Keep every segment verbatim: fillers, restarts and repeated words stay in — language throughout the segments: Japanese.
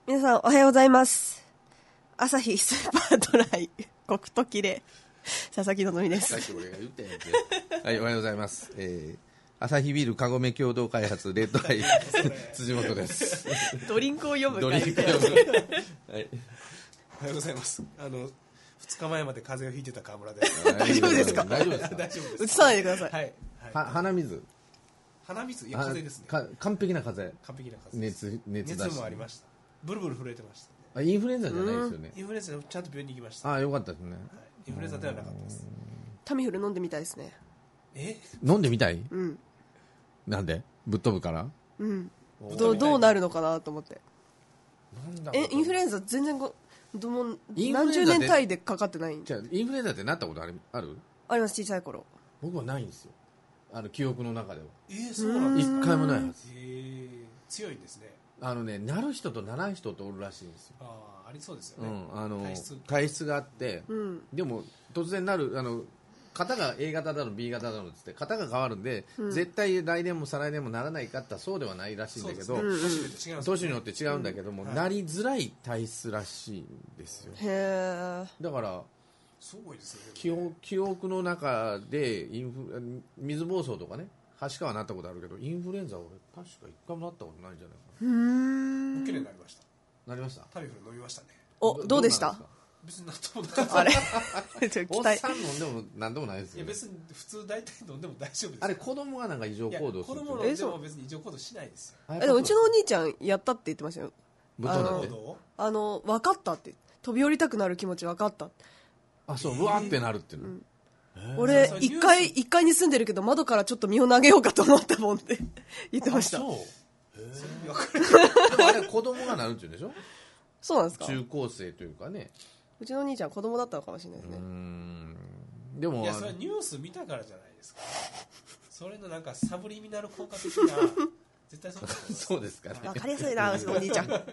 皆さんおはようございます。朝日スーパードライ黒糖きれ佐々木希です。 さっき俺が言ったやつはい、おはようございます、えー、朝日ビールかごめ共同開発レッドアイ辻本です。 ドリンクを読むドリンクを読む、はい、 おはようございます。あのふつかまえまで風邪をひいてた川村です。 大丈夫ですか？ 大丈夫ですか？ 大丈夫です。 映さないでください。 はい、 は鼻水鼻水、いや風邪ですね。 か完璧な風邪。 完璧な風邪。 熱熱だし熱もありました。ブルブル震えてました、ね。 あ、インフルエンザじゃないですよね。 インフルエンザちゃんと病院に行きました。 あ、よかったですね、はい、 インフルエンザではなかったです。 タミフル飲んでみたいですね。 え？ 飲んでみたい？ うん。 なんで？ぶっ飛ぶから？ うん。どうどうなるのかなと思って。 なんだえ、インフルエンザ全然ごども何十年単位でかかってないん？ じゃあインフルエンザってなったことある？ある？ あります、小さい頃。 僕はないんですよ。あの記憶の中では。 えー、そうなんですか？ 一回もないはず。 えー、強いんですね。 あのね、なる人とならん人とおるらしいんですよ。 ああ、ありそうですよね。 うん、あの体質体質があって、 うん、 でも突然なるあの型が A 型だの B 型だのって型が変わるんで、うん、絶対来年も再来年もならないかってそうではないらしいんだけど、年によって違うんだけども、うん、なりづらい体質らしいんですよ。 へだからすごいですね。 記憶、記憶の中でインフ水疱瘡とかね、はしかはなったことあるけど、インフルエンザは俺確か一回もなったことないんじゃないかな。 うーん。 綺麗になりました。 なりました。 タミフル飲みましたね。 お、どうでした？ 別に何ともなかった。 あれおっさん飲んでも何でもないですよ、ね、 いや別に普通大体飲んでも大丈夫です。 あれ子供がなんか異常行動する。 子供飲んでも別に異常行動しないですよ。 えでもうちのお兄ちゃんやったって言ってましたよ。 あのあの分かったって、飛び降りたくなる気持ち分かった。 あ、そう、うわーってなるっていうの、うん俺一階一階に住んでるけど窓からちょっと身を投げようかと思ったもんって言ってました。 そう。でもあれ子供がなるって言うんでしょ？ そうなんですか？ 中高生というかね。 うちのお兄ちゃん子供だったのかもしれないですね。 うーん、でもいやそれはニュース見たからじゃないですか。それのなんかサブリミナル効果的な絶対そうだと思います。 そうですかね。 わかりやすいなうちのお兄ちゃん。 佐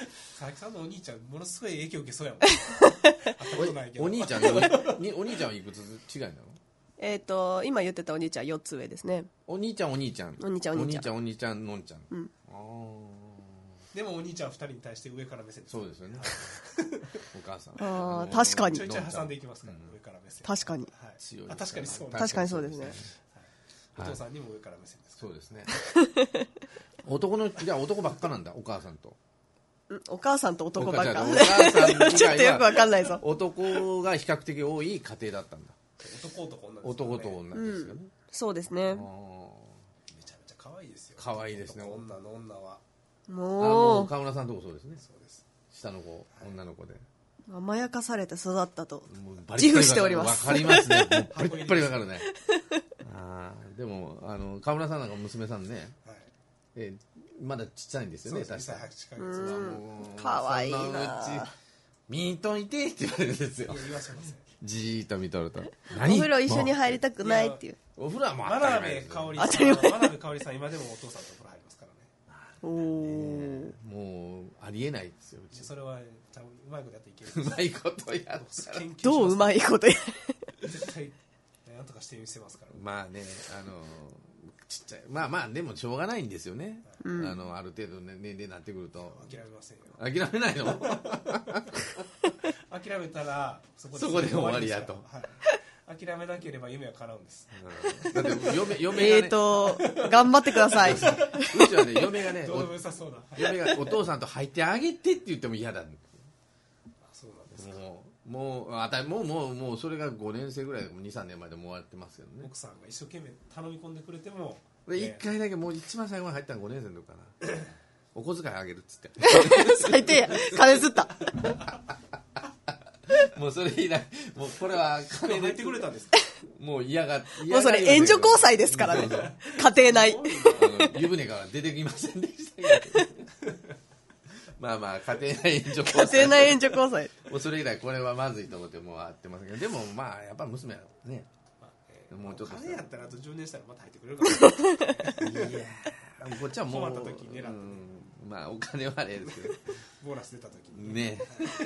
々木さんのお兄ちゃんものすごい影響受けそうやもん。会ったことないけど。 お兄ちゃんのお兄ちゃんはいくつ違いなの？ えっと今言ってたお兄ちゃんよっつ上ですね。 お兄ちゃんお兄ちゃんお兄ちゃんお兄ちゃんお兄ちゃんお兄ちゃんのんちゃん。 うん。 ああ。 でもお兄ちゃんふたりに対して上から目線です。 そうですよね。お母さん。 ああ確かに。 ちょいちょい挟んでいきますから、うん、上から目線。 確かに。 はい、 強い。 あ確かにそう。 確かにそうですね。 はい、お父さんにも上から目線です。 そうですね。男のじゃあ男ばっかなんだお母さんと。 お母さんと男ばっか。 お母さん以外はちょっとよくわかんないぞ。 男が比較的多い家庭だったんだ。 男と女ですね。 男と女ですよね。 うん、そうですね。 めちゃめちゃ可愛いですよ。 可愛いですね。 女の女は。 もう川村さんとこそうですね。 そうです。 下の子、はい、女の子で甘やかされて育ったと自負しております。 わかりますね。もうバリッバリわかるね。あでもあの川村さんなんか娘さんね、はい、えまだちっちゃいんですよね。 確かにいっさいはちかげつはもうかわいいな。 見といてって言われるんですよ。 いや言わせません。 じーっと見とると。 お風呂一緒に入りたくないっていう。 お風呂はもう真鍋かおりさん。真鍋かおりさん今でもお父さんとお風呂入りますからね。 おお。 もうありえないですよ。うちそれは多分うまいことやっていける。 うまいことやったらどううまいことや絶対なんとかしてみせますから。 まあね、あのちっちゃいまあまあでもしょうがないんですよね。うん、あのある程度年齢になってくると諦めませんよ。 諦めないの？ 諦めたらそこで終わりやと。 はい、諦めなければ夢は叶うんです。 うん、だって嫁嫁がね。 えーと頑張ってください。うちはね嫁がねどうでも良さそうな。 嫁がお父さんと入ってあげてって言っても嫌だ。あそうなんですか。 もうもうあたもうもうもうそれがごねん生ぐらいにさんねんまでもう終わってますけどね。 奥さんが一生懸命頼み込んでくれても。 でいっかいだけもう一番最後に入ったのごねん生の時かな。お小遣いあげるっつって。 最低や。金すった。 もうそれ以来もうこれは金入ってくれたんですか。 もう嫌がもうそれ援助交際ですからね。家庭内。 あの湯船から出てきませんでしたけど。まあまあ家庭内援助交際。 家庭内援助交際。 もうそれ以来これはまずいと思ってもう会ってますけど、でもまあやっぱ娘はね。 もうちょっと金やったらあとじゅうねんしたらまた入ってくれるから。 いやこっちはもう困った時に狙って、ね、 うん、まあお金はあれですけどボーナス出た時にね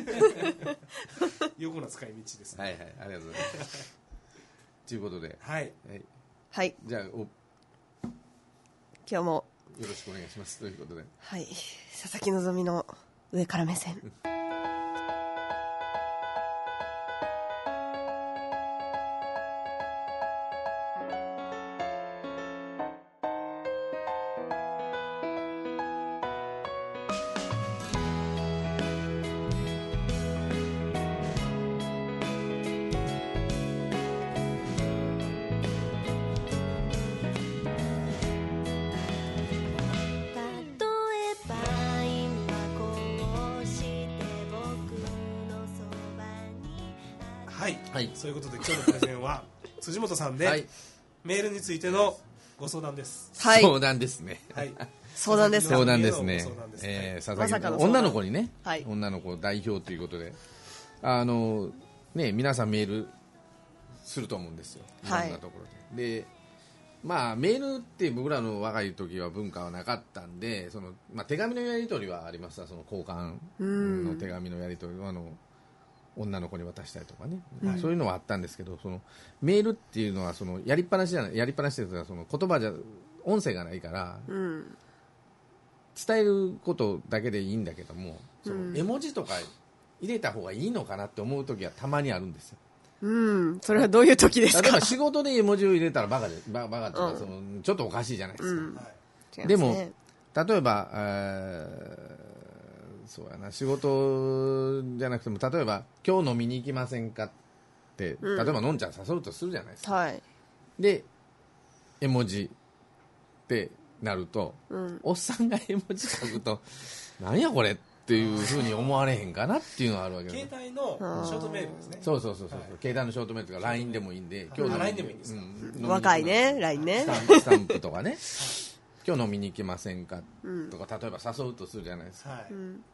横の使い道ですね。 はいはいありがとうございますということではい、 はいはい、 じゃあお今日もよろしくお願いしますということで、 はい、佐々木希の上から目線。 はい、 はい、 そういうことで今日のプレゼンは辻本さんで、はい、メールについてのご相談です。 はい、相談ですね。 はい、 相談です。 相談ですね。えー、佐々木の女の子にね、 はい、 女の子代表ということで、あのね、皆さんメールすると思うんですよ。いろんなところで。はい、で、まあメールって僕らの若い時は文化はなかったんで、そのまあ手紙のやり取りはありました。その交換の手紙のやり取りはあの。女の子に渡したりとかね、うん、そういうのはあったんですけど、そのメールっていうのはそのやりっぱなしじゃない、やりっぱなしというかその言葉じゃ音声がないから、うん、伝えることだけでいいんだけども、その絵文字とか入れた方がいいのかなって思う時はたまにあるんですよ。 うん、それはどういう時ですか？ 例えば仕事で絵文字を入れたらバカでバカバカっていうか、うん、そのちょっとおかしいじゃないですか。うん、でも、ね、例えば、えーそうやな、仕事じゃなくても例えば今日飲みに行きませんかって、うん、例えばのんちゃん誘うとするじゃないですか、 はい、 で絵文字ってなると、うん、おっさんが絵文字書くとなんやこれっていうふうに思われへんかなっていうのがあるわけです。 携帯のショートメールですね。 そうそうそうそう、はい、携帯のショートメールとか ライン でもいいんで、 今日 ライン でもいいんですか、 うん、若いね ライン ね、 スタンプ、スタンプとかね今日飲みに行きませんかとか、例えば誘うとするじゃないですか、はい、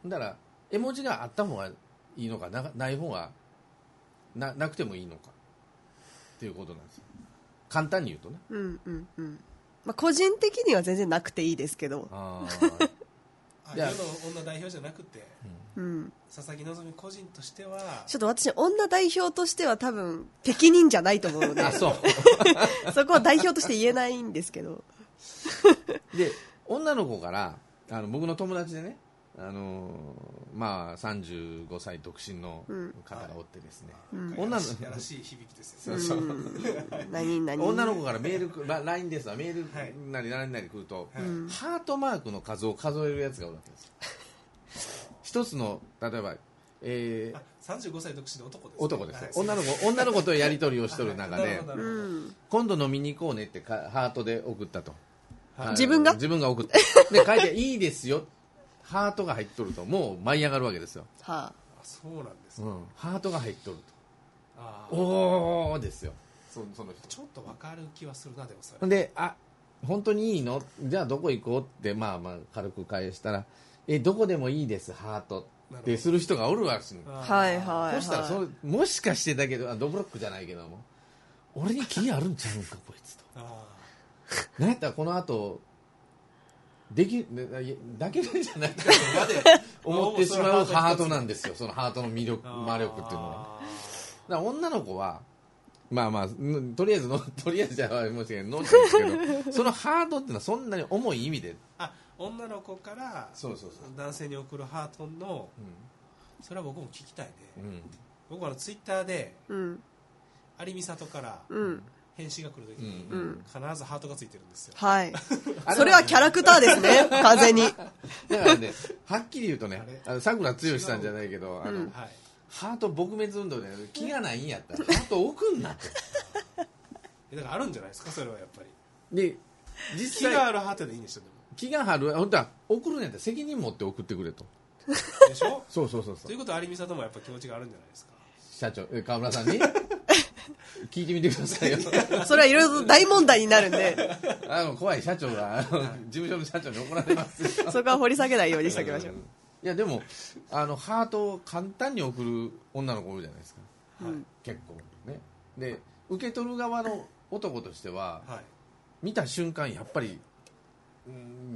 だから絵文字があった方がいいのか な, ない方が な, なくてもいいのかっていうことなんですよ、簡単に言うとね。 うんうんうん、まあ、個人的には全然なくていいですけど、 あ世の女代表じゃなくて、うん、佐々木希個人としてはちょっと私女代表としては多分適任じゃないと思うのであそうそこは代表として言えないんですけどで女の子からあの僕の友達でね、あのー、まあさんじゅうごさい独身の方がおってですね、 うん、女の子やらしい響きですよね。 そうそう何何女の子からメール ライン ですわ、メールなり何なり来ると、はい、ハートマークの数を数えるやつがおるわけですよ。一つの例えば、えー、 さんじゅうごさい独身の男です、ね、 男です、はい、女の子女の子とやり取りをしとる中で今度飲みに行こうねってハートで送ったと、 はい、自分が自分が送ってで書いていいですよハートが入っとるともう舞い上がるわけですよ、 はあ、そうなんですね、 うん、ハートが入っとるとあおーですよ。 そ, その人ちょっと分かる気はするな。でもそれで、あ本当にいいのじゃあどこ行こうってまあまあ軽く返したらえどこでもいいですハートってする人がおるわけです。 はいはい、 そしたらそもしかしてだけどあドブロックじゃないけども俺に気あるんちゃうんかこいつと何やったらこの後できだけるんじゃないかとまで思ってしまうハートなんですよ。そのハートの魅力魔力っていうのは。だから女の子はまあまあとりあえずのとりあえずじゃあもしかしてノーですけどそのハートっていうのはそんなに重い意味であ女の子から男性に送るハートの、うん、それは僕も聞きたいね、うん、僕はあのツイッターで、うん、有美里から、うん返信が来るときに、うん、必ずハートがついてるんですよ。 はいそれはキャラクターですね完全に。だからねはっきり言うとねさくら剛さんじゃないけどあの、うんはい、ハート撲滅運動で気がないんやったらハート置くんなってだからあるんじゃないですかそれはやっぱり。 で実際気があるハートでいいんでしょ。でも気がある本当は送るんやったら責任持って送ってくれとでしょそうそうそうそう。 ということは有美里もやっぱ気持ちがあるんじゃないですか社長川村さんに聞いてみてくださいよそれはいろいろと大問題になるんであの怖い社長があの事務所の社長に怒られますそこは掘り下げないようにしておきましょう。 いやでもあのハートを簡単に送る女の子いるじゃないですか、はい、結構ね。で受け取る側の男としては、はい、見た瞬間やっぱり、うん、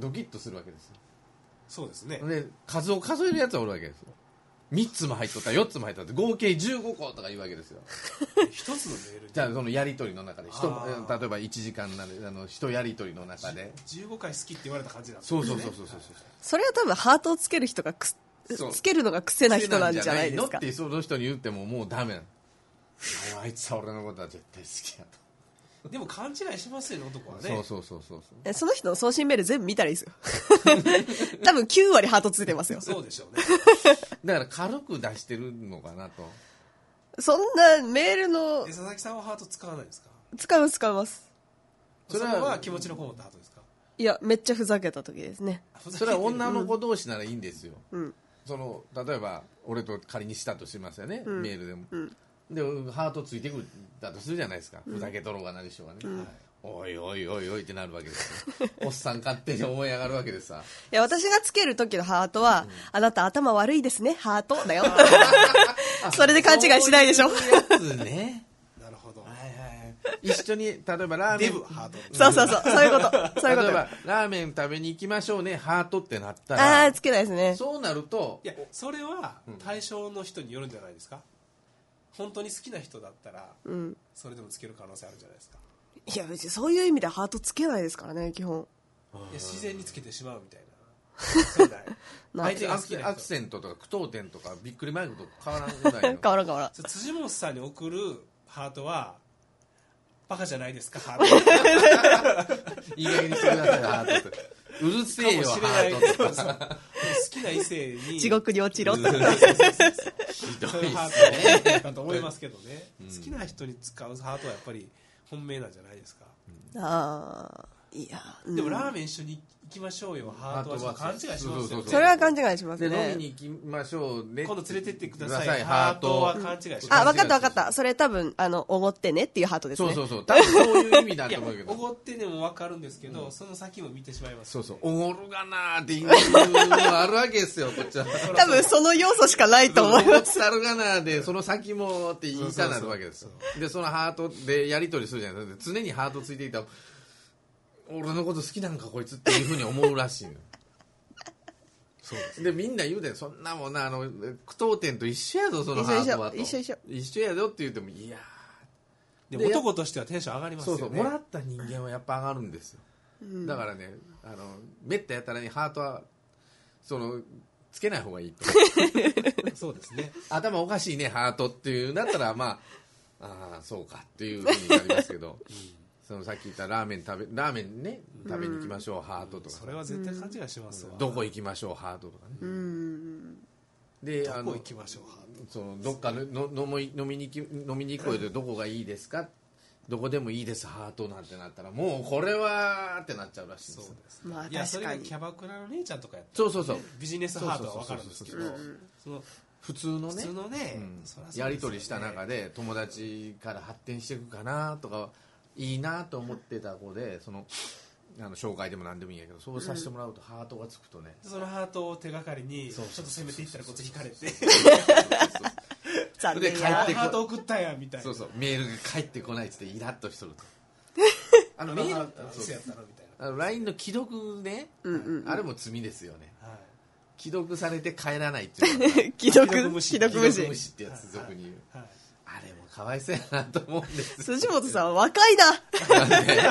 ドキッとするわけですよ。 そうですね。 で数を数えるやつはおるわけですよ。みっつも入っとったよっつも入っとった合計じゅうごことか言うわけですよ一つのメールじゃあそのやり取りの中で例えばいちじかんなるあの人やり取りの中でじゅうごかい好きって言われた感じなんですね。そうそうそうそうそう。 それは多分ハートをつける人がくつけるのが癖な人なんじゃないですか。 癖なんじゃないのってその人に言ってももうダメなの。あいつは俺のことは絶対好きやと。 でも勘違いしますよね、男はね。 そうそうそうそうえその人の送信メール全部見たらいいですよ。多分きゅう割ハートついてますよ。 そうでしょうね。 だから軽く出してるのかなと。 そんなメールの佐々木さんはハート使わないですか？ 使います使います。 それは気持ちのこもったハートですか？ いやめっちゃふざけた時ですね。 それは女の子同士ならいいんですよ、 うん、 その例えば俺と仮にしたとしますよね、うん、メールでも、うん、でハートついてくるだとするじゃないですか、うん、ふざけとろうが何しようがね、うん、おいおいおいおいってなるわけですよおっさん勝手に思い上がるわけでさ。 いや私がつける時のハートは、うん、あなた頭悪いですねハートだよそれで勘違いしないでしょ。 そういうやつねなるほど、はいはい、 一緒に例えばラーメンデブハートそうそうそうそういうことそういうこと。 例えばラーメン食べに行きましょうねハートってなったらああつけないですね。 そうなるといやそれは対象の人によるんじゃないですか、うん、本当に好きな人だったら、うん、それでもつける可能性あるんじゃないですか。 いや別にそういう意味でハートつけないですからね基本。 いや自然につけてしまうみたいなそうない相手が好きな人アクセントとか句読点とかびっくりマークと変わらんぐらいの変わらん変わらん。 辻本さんに送るハートはバカじゃないですかハートいい加減にしてくださいハートってうるせえよハートとか好きな異性に地獄に落ちろってひどいハートだと思いますけどね、うん、好きな人に使うハートはやっぱり本命なんじゃないですか、 うん、ああいや、 うん、でもラーメン一緒に行きましょうよハートは勘違いしますよね。 それは勘違いしますね。 で飲みに行きましょうね今度連れてってくださいハートは勘違いします、うん、 あ分かった分かった。それ多分あのおごってねっていうハートですね。 そうそうそう多分そういう意味だと思うけどおごってねも分かるんですけど、うん、その先も見てしまいます、 ね、そうそうおごるがなーっていうのがあるわけですよこっちは多分その要素しかないと思います。 おごったるがなーでその先もって言いたなるわけですよ。でそのハートでやり取りするじゃないですか。常にハートついていたら俺のこと好きなんかこいつっていうふうに思うらしいのそうです、ね、でみんな言うでそんなもんなあの句読点と一緒やぞそのハートはと一緒一緒一緒やぞって言ってもいやでも男としてはテンション上がりますよね。 そうそうもらった人間はやっぱ上がるんですよ、うん、だからねあのめったやったらにハートはそのつけない方がいいとそうですね頭おかしいねハートっていうんだったらまあああそうかっていうふうになりますけど、うんそのさっき言ったラーメン食べラーメンね食べに行きましょう、うん、ハートとかそれは絶対勘違いしますわ、 うん、どこ行きましょうハートとかね、うん、でどこ行きましょうハートそのどっかのの飲み飲みに行き飲みに行こうでどこがいいですかどこでもいいですハートなんてなったらもうこれはってなっちゃうらしいんですよ。 そうです、まあ、いやそれがキャバクラの姉ちゃんとかやったら、ね、そうそうそうビジネスハートは分かるんですけどその普通のね、 普通のね、うんねやり取りした中で友達から発展していくかなとかいいなと思ってた子でそのあの紹介でも何でもいいんやけどそうさせてもらうとハートがつくとね、 うん、そのハートを手がかりにちょっと攻めていったらこっち引かれて残念やハート送ったやみたいなそうそうメールが返ってこないってイラッとしとるとあのメールあの ライン の既読ね、うんうんうん、あれも罪ですよね、はい、既読されて帰らないっていうのは既読無視既読無視ってやつ俗に言う、はいはい、あれもかわいそうやなと思うんです辻本さんは若いな感覚がね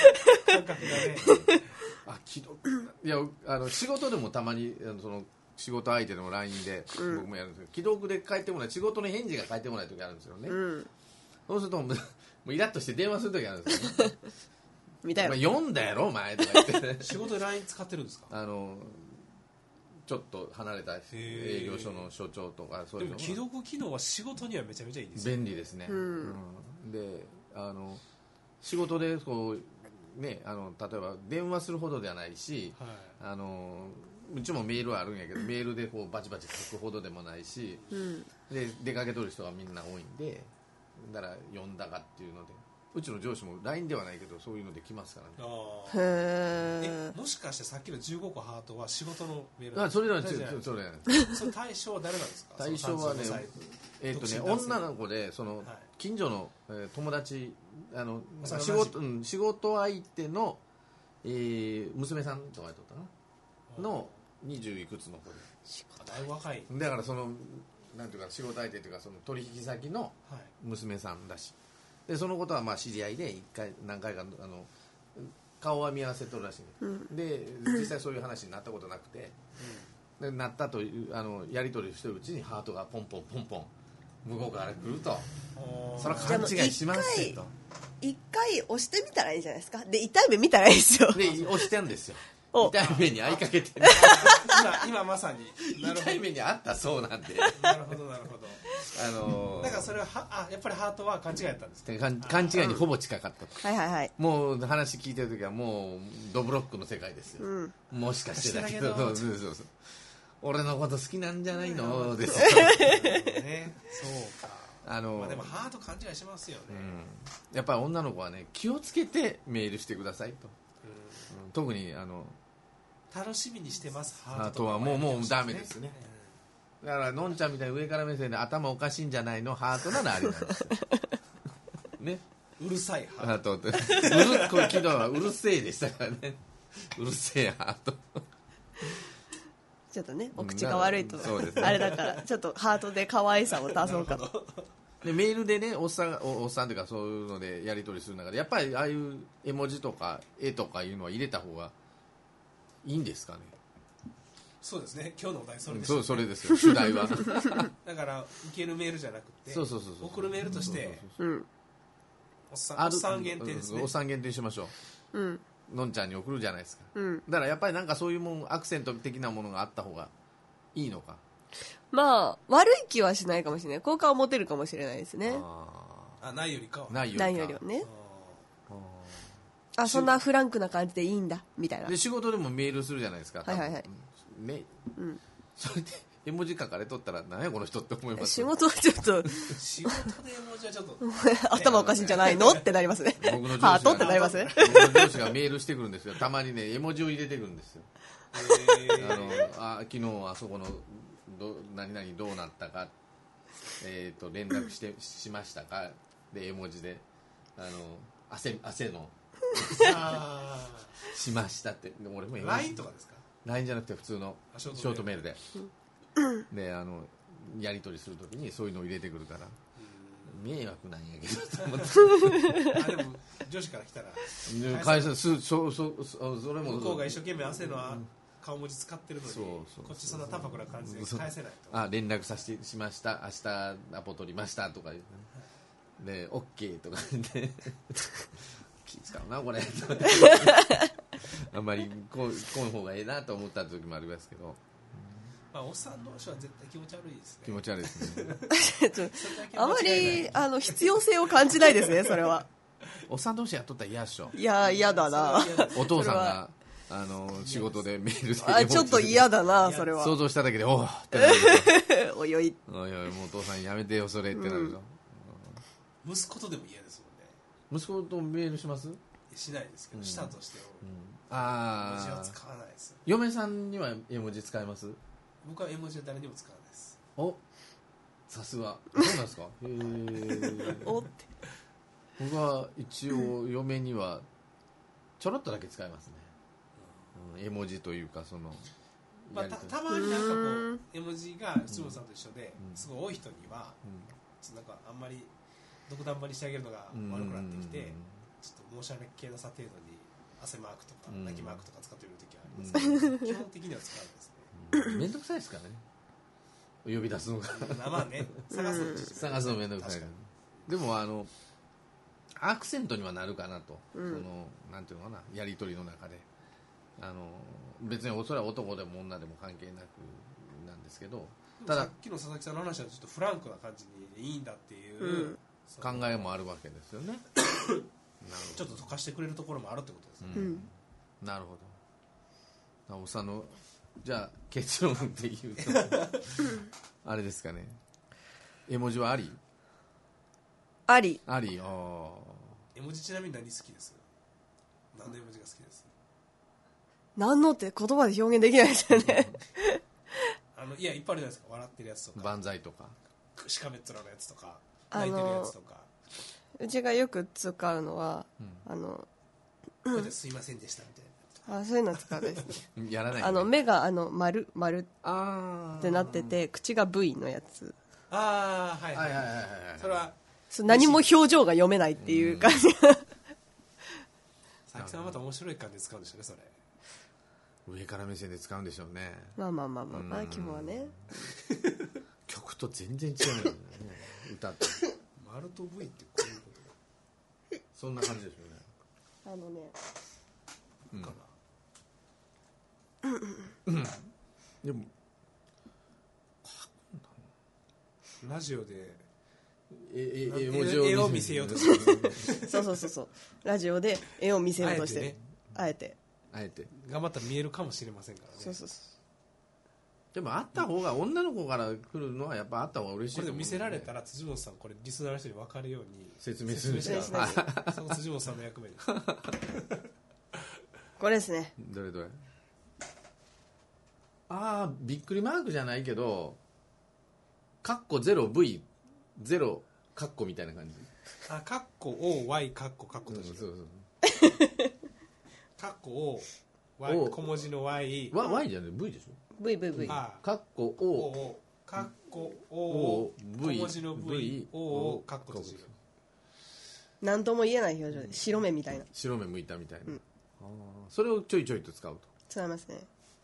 あ既読いやあの仕事でもたまにあのその仕事相手の ライン で僕もやるんですけど、うん、既読で返ってこない仕事の返事が返ってこない時あるんですよね、うん、そうするともうイラッとして電話する時あるんですよ、ね、 見たよ、 まあ、読んだやろお前とか言って仕事で ライン 使ってるんですか。 あのちょっと離れた営業所の所長とかそういうのでも既読機能は仕事にはめちゃめちゃいいですよ便利ですね、うんうん、であの仕事でこう、ね、あの例えば電話するほどではないし、はい、あのうちもメールはあるんやけどメールでこうバチバチ書くほどでもないし、うん、で出かけとる人がみんな多いんでだから読んだかっていうのでうちの上司も ライン ではないけどそういうので来ますからね。あへえもしかしてさっきのじゅうごこハートは仕事のメールあそれなんですよそれその対象は誰なんですか。 対象はねえー、とね女の子でその近所の、えー、友達あの仕事、うん、仕事相手の、えー、娘さんとかやっとったなのにじゅういくつの子でだいぶ若いだからそのなんていうか仕事相手というかその取引先の娘さんだし、でそのことはまあ知り合いで一回何回かあの顔は見合わせとるらしい、うん、で実際そういう話になったことなくて、 でなったというあのやり取りしてるうちにハートがポンポンポンポン向こうから来ると、それは勘違いしますよと。 一回押してみたらいいじゃないですか。で痛い目見たらいいですよ。 で押してんですよ。痛い目に合いかけて今, 今まさに痛い目にあったそうなんでなるほどなるほど、 あのー、 だからそれははあやっぱりハートは勘違いだったんですか。 勘違いにほぼ近かったと、 うん、はいはいはい。 もう話聞いてる時はもうドブロックの世界ですよ、うん、もしかしてだけどそうそうそう俺のこと好きなんじゃないのですよね、そうか。あのーまあ、でもハート勘違いしますよね、 うん、やっぱり女の子はね気をつけてメールしてくださいと、うん、特にあの楽しみにしてますハートはもうもうダメですね、うん、だからのんちゃんみたいに上から目線で頭おかしいんじゃないのハートならあれなんですよね、 うるさいハートってうるこれ昨日はうるせえでしたからねうるせえハートちょっとねお口が悪いと、うんね、あれだからちょっとハートで可愛さを出そうかとでメールでねおっさんお、おっさんというかそういうのでやり取りする中でやっぱりああいう絵文字とか絵とかいうのは入れた方がいいんですかね。 そうですね、今日のお題それです、ね、そうそれですよ主題はだから受けるメールじゃなくてそうそうそうそう送るメールとしておっさん、おっさん限定ですね。 おっさん限定しましょう、うん、のんちゃんに送るじゃないですか、うん、だからやっぱりなんかそういうもんアクセント的なものがあった方がいいのか。 まあ悪い気はしないかもしれない。好感を持てるかもしれないですね。 ああないよりかはないよりかないよりはね。ああそんなフランクな感じでいいんだみたいな。 で仕事でもメールするじゃないですか。 はいはいはい。 ね、うん、それで絵文字書かれとったら何やこの人って思います。 仕事はちょっと仕事で絵文字はちょっと頭おかしいんじゃないのってなりますね。 僕の上司ハートってなりますね。 僕の上司がメールしてくるんですよ。たまにね絵文字を入れてくるんですよ。あのあ昨日あそこのど何々どうなったか、えー、と連絡してしましたかで絵文字であの汗汗のしましたって俺もライン とかですか。 ライン じゃなくて普通のショートメールでであのやり取りするときにそういうのを入れてくるから迷惑なんやけどと思ってあでも女子から来たら返すすそそそそれも向こうが一生懸命汗の顔文字使ってるのに、そうそうこっちそんな淡白な感じで返せないと。 あ連絡させてしました、明日アポ取りましたとか言う、ね、で OK とか言って気使うなこれあんまりこうこの方がええなと思った時もありますけど、 まあ、おっさん同士は絶対気持ち悪いですね。 気持ち悪いですねあまりあの必要性を感じないですねそれは。 おっさん同士やっとったら嫌っしょ。 いや嫌だな。 お父さんがあの仕事でメールであちょっと嫌だなそれは。 想像しただけでおーってなるおいおいおいおいもうお父さんやめてよそれってなるぞ、 うん、息子とでも嫌ですもんね。 息子とメールします？ しないですけど、うん、したとしても、うん、 あ絵文字は使わないです。 嫁さんには絵文字使います？ 僕は絵文字は誰にも使わないです。 おさすがそうなんですか。へえおって僕は一応嫁にはちょろっとだけ使いますね、うん、絵文字というかその、 まあ、た, たまになんかこう絵文字が七五さんと一緒で、うん、すごい多い人には、うん、ちょっとなんかあんまり独断場にしてあげるのが悪くなってきて、うん、ちょっと申し訳なさ程度に汗マークとか、うん、泣きマークとか使ってる時はありますけど、うん、基本的には使うんですね。 めんどくさいですからね呼び出すのがまあね探すの探すのめんどくさいから。でもあのアクセントにはなるかなと、うん、そのなんていうのかなやり取りの中であの別にそれは男でも女でも関係なくなんですけど、 たださっきの佐々木さんの話はちょっとフランクな感じでいいんだっていう、うん、 考えもあるわけですよねちょっと溶かしてくれるところもあるってことですね、 うん、なるほど。おさのじゃあ結論で言うとあれですかね、絵文字はありありあり。あ絵文字ちなみに何好きです？何の絵文字が好きです？ 何のって言葉で表現できないですよねあのいやいっぱいあるじゃないですか。笑ってるやつとか万歳とかしかめっ面のやつとか泣いてるやつとか。 うちがよく使うのは、うん、あの、 うん、すいませんでしたみたいな。 あそういうの使うですねやらない、ね、 あの目があの丸丸ってなってて口が V のやつ。 ああはいはいはいはい、はい、それは何も表情が読めないっていう感じが、 佐々木さんはまた面白い感じで使うんでしょうねそれ。 上から目線で使うんでしょうね。 まあまあまあまあまあ基本はね曲と全然違うんだよね歌ってマルト V ってこういうことそんな感じですよね。 あのねうんかな、うん、でもラジオでええ絵文字を絵を見せようとしてそうそうそうそうラジオで絵を見せようとしてるあえてあえて頑張ったら見えるかもしれませんからね。 そうそうそうでもあった方が女の子から来るのはやっぱあった方が嬉しいと思う、ね、 これで見せられたら辻本さんこれリスナーの人に分かるように説明するしかその辻本さんの役目ですこれですね。 どれどれああびっくりマークじゃないけどカッコ ゼロブイ ゼロカッコみたいな感じ。 あカッコ オーワイ カッコカッコとして、 うん、そうそうカッコ オーワイ 小文字の Y Y じゃない V でしょ。 ブイブイブイカッコ O カッコ O 小文字の V O をカッコとしてる。 何とも言えない表情で白目みたいな白目向いたみたいな、うん、 あそれをちょいちょいと使うと使いますね。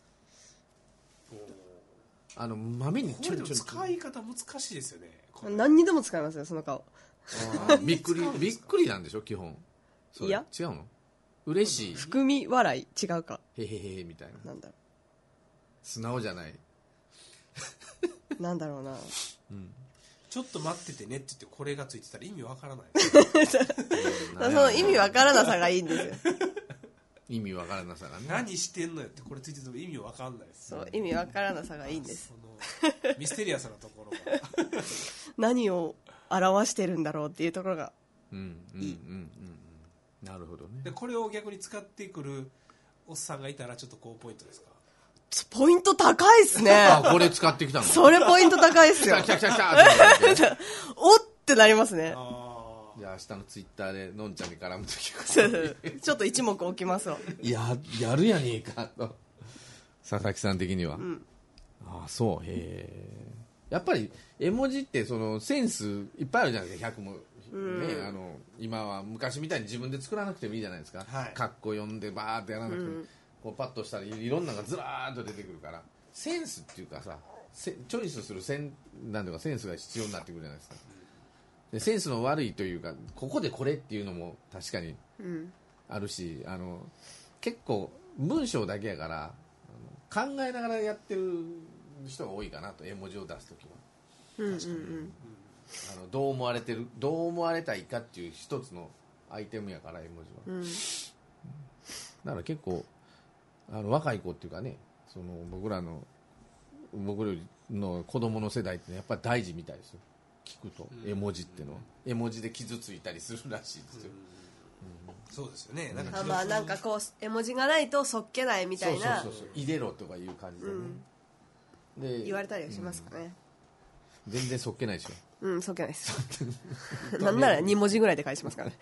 あの豆にちょいちょい使い方難しいですよね。 何にでも使いますよその顔。 びっくりびっくりなんでしょ基本。 いや違うの嬉しい含み笑い違うかへへへへみたいな。 なんだろ素直じゃないなんだろうな、 うん、ちょっと待っててねって言ってこれがついてたら意味わからないその意味わからなさがいいんですよ意味わからなさがね。 何してんのよってこれついてても意味わかんないです。 そう意味わからなさがいいんです。 そのミステリアスなところが何を表してるんだろうっていうところがいい、うんうんうんうん、なるほどね。 でこれを逆に使ってくるおっさんがいたらちょっと高ポイントですか。 ポイント高いっすね。 あこれ使ってきたのそれポイント高いっすよ。 来た来た来た来たおってなりますね。 あじゃあ明日のツイッターでのんちゃんに絡むときちょっと一目置きますわ。 ややるやねえかと佐々木さん的には、 うん、 ああそうへえ。やっぱり絵文字ってそのセンスいっぱいあるじゃないですか。ひゃくも、ね、あの今は昔みたいに自分で作らなくてもいいじゃないですか、はい、カッコ読んでバーってやらなくても、うん、こうパッとしたらいろんなのがずらーっと出てくるからセンスっていうかさチョイスするセンなんていうかセンスが必要になってくるじゃないですか。でセンスの悪いというかここでこれっていうのも確かにあるし、うん、あの結構文章だけやから考えながらやってる人が多いかなと絵文字を出すときは、 うんうんうん、 あのどう思われてるどう思われたいかっていう一つのアイテムやから絵文字は、うん、だから結構あの若い子っていうかねその僕らの僕らの子供の世代ってやっぱり大事みたいですよ。聞くと絵文字っていうのは絵文字で傷ついたりするらしいですよ、 うん、そうですよね。 なんか、まあ、なんかこう絵文字がないとそっけないみたいなそうそうそうそう入れろとかいう感じでね、 うん、で言われたりはしますかね、 うん、全然そっけないでしょ。 うんそっけないですなんならに文字ぐらいで返しますからね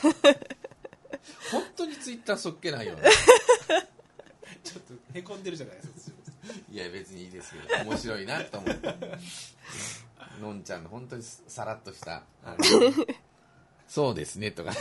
本当にツイッターそっけないよねちょっとへこんでるじゃないですかいや別にいいですけど面白いなと思ってのんちゃんの本当にさらっとしたそうですねとか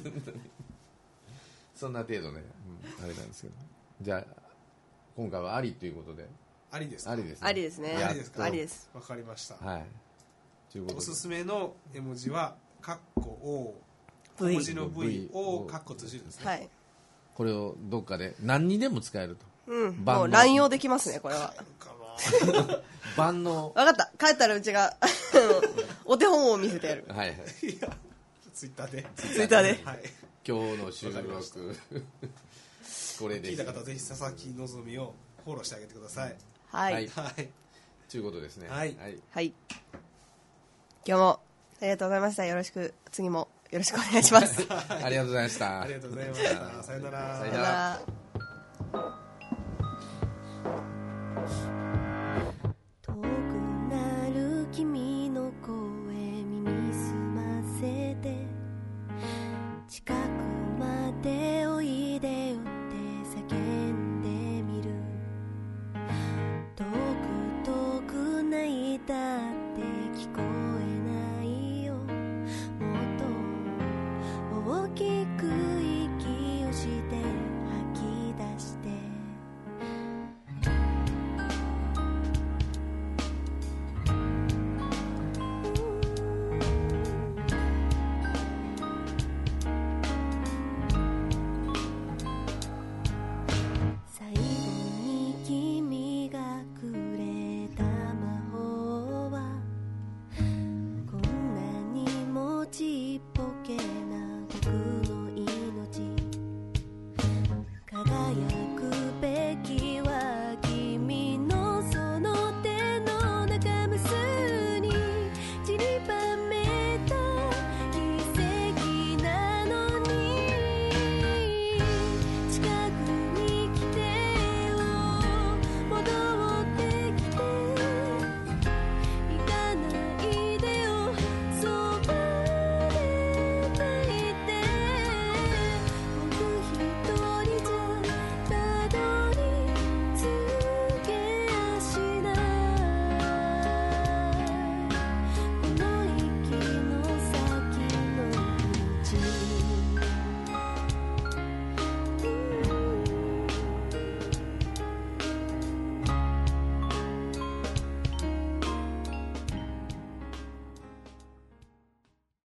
そんな程度ね、うん、あれなんですけどじゃあ今回はありということでありですありですねありですねありですかありですわかりました、 はい、 おすすめの絵文字はカッコ O 小文字の V をカッコ閉じるんですね、はい、 これをどっかで何にでも使えると、 うん、もう乱用できますねこれは万能分かった帰ったらうちがお手本を見せてやる。 はいはいいやツイッターでツイッターで、 はい、 今日の収録これで聞いた方はぜひ佐々木希をフォローしてあげてください。 はい、 はいということですね。 はい、 はいはい、今日もありがとうございました。よろしく次もよろしくお願いしますありがとうございました。 ありがとうございました。さよなら。 さよなら。